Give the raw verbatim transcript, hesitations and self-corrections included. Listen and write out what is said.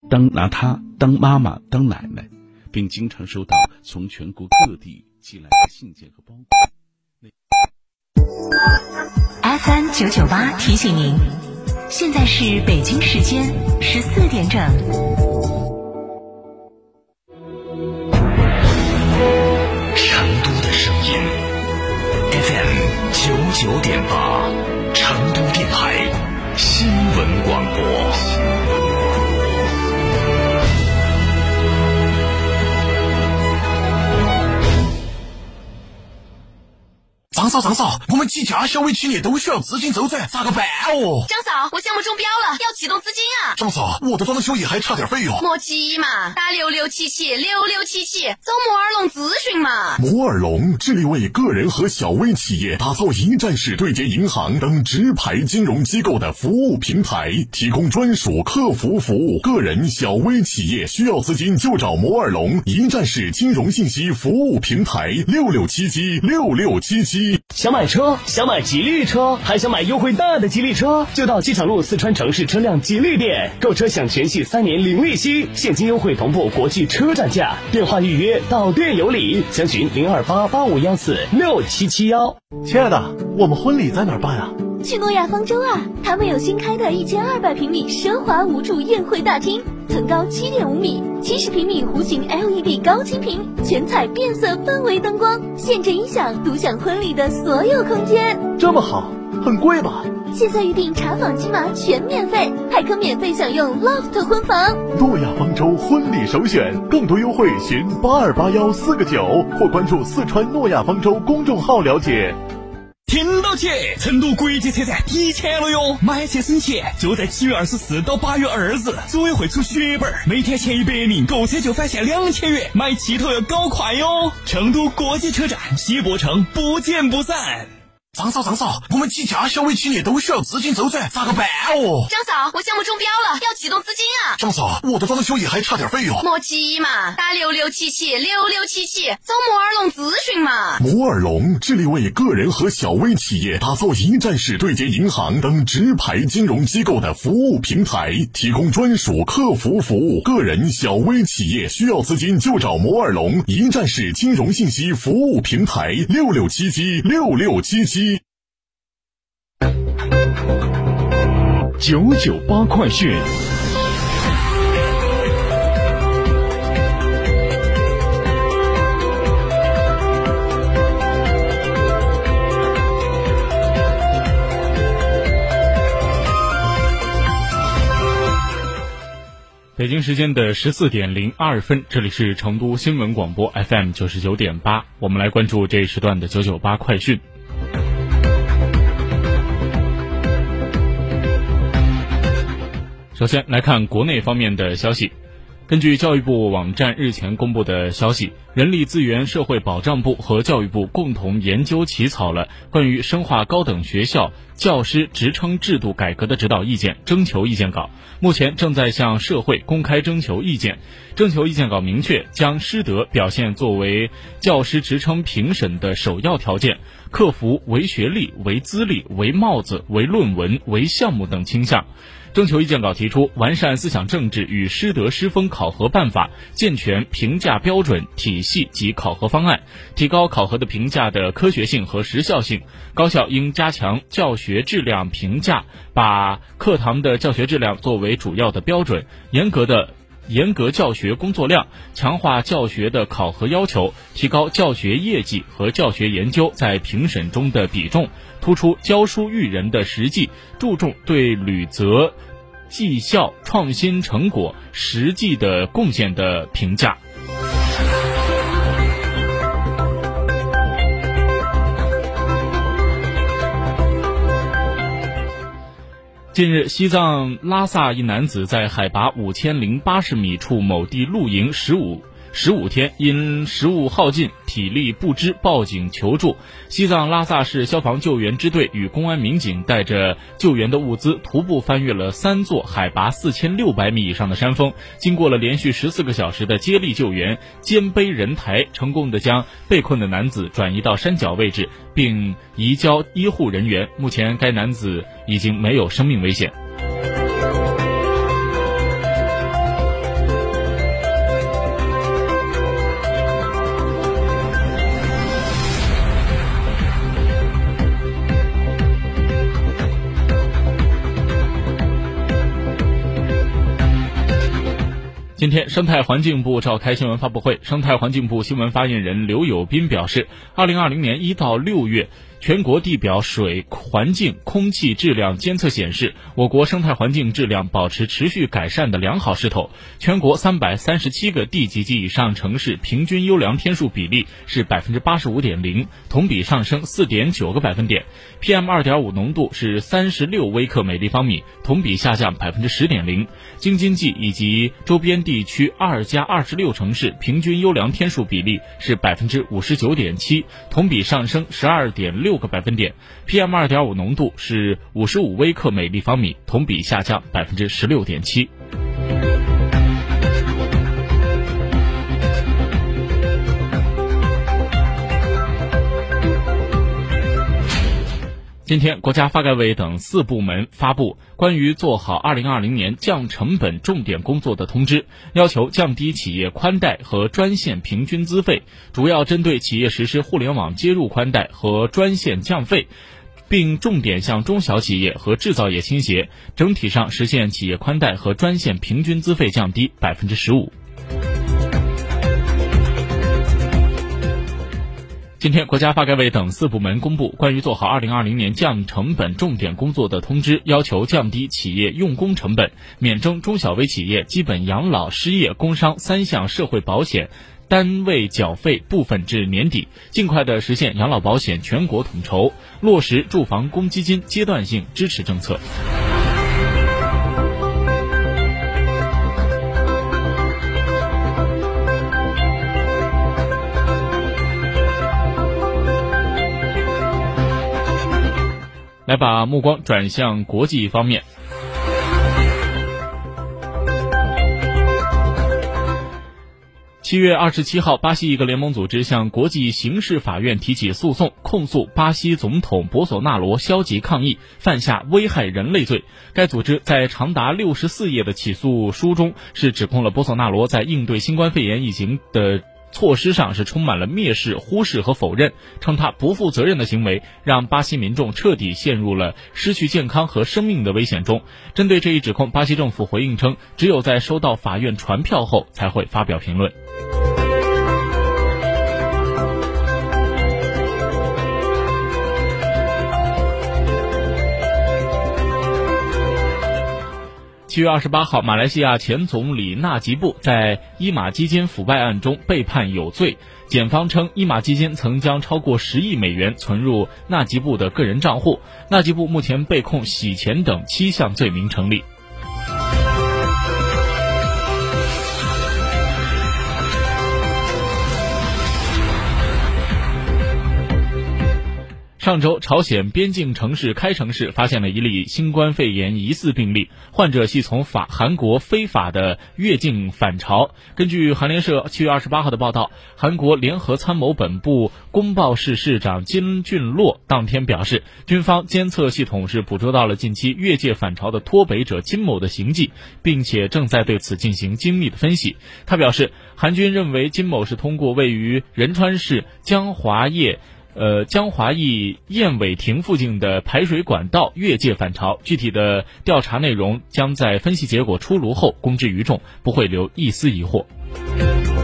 当拿她当妈妈当奶奶，并经常收到从全国各地寄来的信件和包裹。 F M 九九八提醒您，现在是北京时间十四点整。 成都的声音 F M 九九点八，成都电台新闻广播。 张嫂，张嫂，我们几家小微企业都需要资金周转，咋个办哦？ 张嫂，我项目中标了，要启动资金啊！ 张嫂，我的装修也还差点费用。 莫急嘛，打六六七七六六七七，找摩尔龙咨询嘛。 摩尔龙致力为个人和小微企业打造一站式对接银行等直排金融机构的服务平台，提供专属客服服务。个人、小微企业需要资金就找摩尔龙一站式金融信息服务平台，六六七七六六七七。 想买车，想买吉利车，还想买优惠大的吉利车，就到机场路四川城市车辆吉利店，购车享全系三年零利息，现金优惠同步国际车展价，电话预约到店有礼，详询零二八八五幺四六七七幺。 亲爱的，我们婚礼在哪儿办啊？ 去诺亚方舟啊，他们有新开的一千二百平米奢华无主宴会大厅，层高七点五米，七十平米弧形 L E D 高清屏，全彩变色氛围灯光，现阵音响，独享婚礼的所有空间。 这么好，很贵吧？ 现在预订查访金码全免费，还可免费享用 loft 婚房。 诺亚方舟婚礼首选，更多优惠询八二八幺四个九或关注四川诺亚方舟公众号了解。 听到起，成都国际车展提前了哟！买车省钱，就在七月二十四到八月二日，组委会出血本，每天前一百名购车就返现两千元，买汽头要搞快哟！成都国际车展，西博城不见不散。 张嫂，张嫂，我们几家小微企业都需要资金周转，咋个办哦？ 张嫂，我项目中标了，要启动资金啊！ 张嫂，我的装修也还差点费用。 莫急嘛，打六六七七六六七七，找摩尔龙咨询嘛。 摩尔龙致力为个人和小微企业打造一站式对接银行等直排金融机构的服务平台，提供专属客服服务。个人、小微企业需要资金就找摩尔龙一站式金融信息服务平台，六六七七六六七七。 九九八快讯。 北京时间的十四点零二分，这里是成都新闻广播 F M 九十九点八，我们来关注这一时段的九九八快讯。首先来看国内方面的消息。根据教育部网站日前公布的消息，人力资源社会保障部和教育部共同研究起草了关于深化高等学校教师职称制度改革的指导意见征求意见稿，目前正在向社会公开征求意见。征求意见稿明确将师德表现作为教师职称评审的首要条件，克服唯学历、唯资历、唯帽子、唯论文、唯项目等倾向。征求意见稿提出，完善思想政治与师德师风考核办法，健全评价标准体系及考核方案，提高考核的评价的科学性和时效性。高校应加强教学质量评价，把课堂的教学质量作为主要的标准，严格的严格教学工作量，强化教学的考核要求，提高教学业绩和教学研究在评审中的比重，突出教书育人的实际，注重对履责、绩效、创新成果实际的贡献的评价。近日，西藏拉萨一男子在海拔五千零八十米处某地露营十五十五天，因食物耗尽、体力不支报警求助。西藏拉萨市消防救援支队与公安民警带着救援的物资，徒步翻越了三座海拔四千六百米以上的山峰，经过了连续十四个小时的接力救援，肩背人抬，成功的将被困的男子转移到山脚位置，并移交医护人员。目前该男子已经没有生命危险。 今天，生态环境部召开新闻发布会，生态环境部新闻发言人刘友斌表示，二零二零年一到六月，全国地表水环境空气质量监测显示，我国生态环境质量保持持续改善的良好势头。全国三百三十七个地级及以上城市平均优良天数比例是 百分之八十五点零， 同比上升 四点九个百分点。P M 二点五 浓度是三十六微克每立方米，同比下降 百分之十点零。京津冀以及周边地区二加二十六城市平均优良天数比例是 百分之五十九点七， 同比上升 十二点六个百分点。 P M 二点五 浓度是五十五微克每立方米，同比下降 百分之十六点七。今天，国家发改委等四部门发布关于做好二零二零年降成本重点工作的通知，要求降低企业宽带和专线平均资费，主要针对企业实施互联网接入宽带和专线降费，并重点向中小企业和制造业倾斜，整体上实现企业宽带和专线平均资费降低 百分之十五。今天，国家发改委等四部门公布关于做好二零二零年降成本重点工作的通知，要求降低企业用工成本，免征中小微企业基本养老、失业、工伤三项社会保险单位缴费部分至年底，尽快的实现养老保险全国统筹，落实住房公积金阶段性支持政策。来把目光转向国际方面。七月二十七号，巴西一个联盟组织向国际刑事法院提起诉讼，控诉巴西总统博索纳罗消极抗议，犯下危害人类罪。该组织在长达六十四页的起诉书中，是指控了博索纳罗在应对新冠肺炎疫情的措施上是充满了蔑视、忽视和否认，称他不负责任的行为让巴西民众彻底陷入了失去健康和生命的危险中。针对这一指控，巴西政府回应称，只有在收到法院传票后才会发表评论。七月二十八号，马来西亚前总理纳吉布在伊玛基金腐败案中被判有罪。检方称，伊玛基金曾将超过十亿美元存入纳吉布的个人账户。纳吉布目前被控洗钱等七项罪名成立。上周，朝鲜边境城市开城市发现了一例新冠肺炎疑似病例，患者系从法韩国非法的越境返朝。根据韩联社七月二十八号的报道，韩国联合参谋本部公报室市长金俊洛当天表示，军方监测系统是捕捉到了近期越界返朝的脱北者金某的行迹，并且正在对此进行精密的分析。他表示，韩军认为金某是通过位于仁川市江华业呃，江华驿燕尾亭附近的排水管道越界返朝，具体的调查内容将在分析结果出炉后公之于众，不会留一丝疑惑。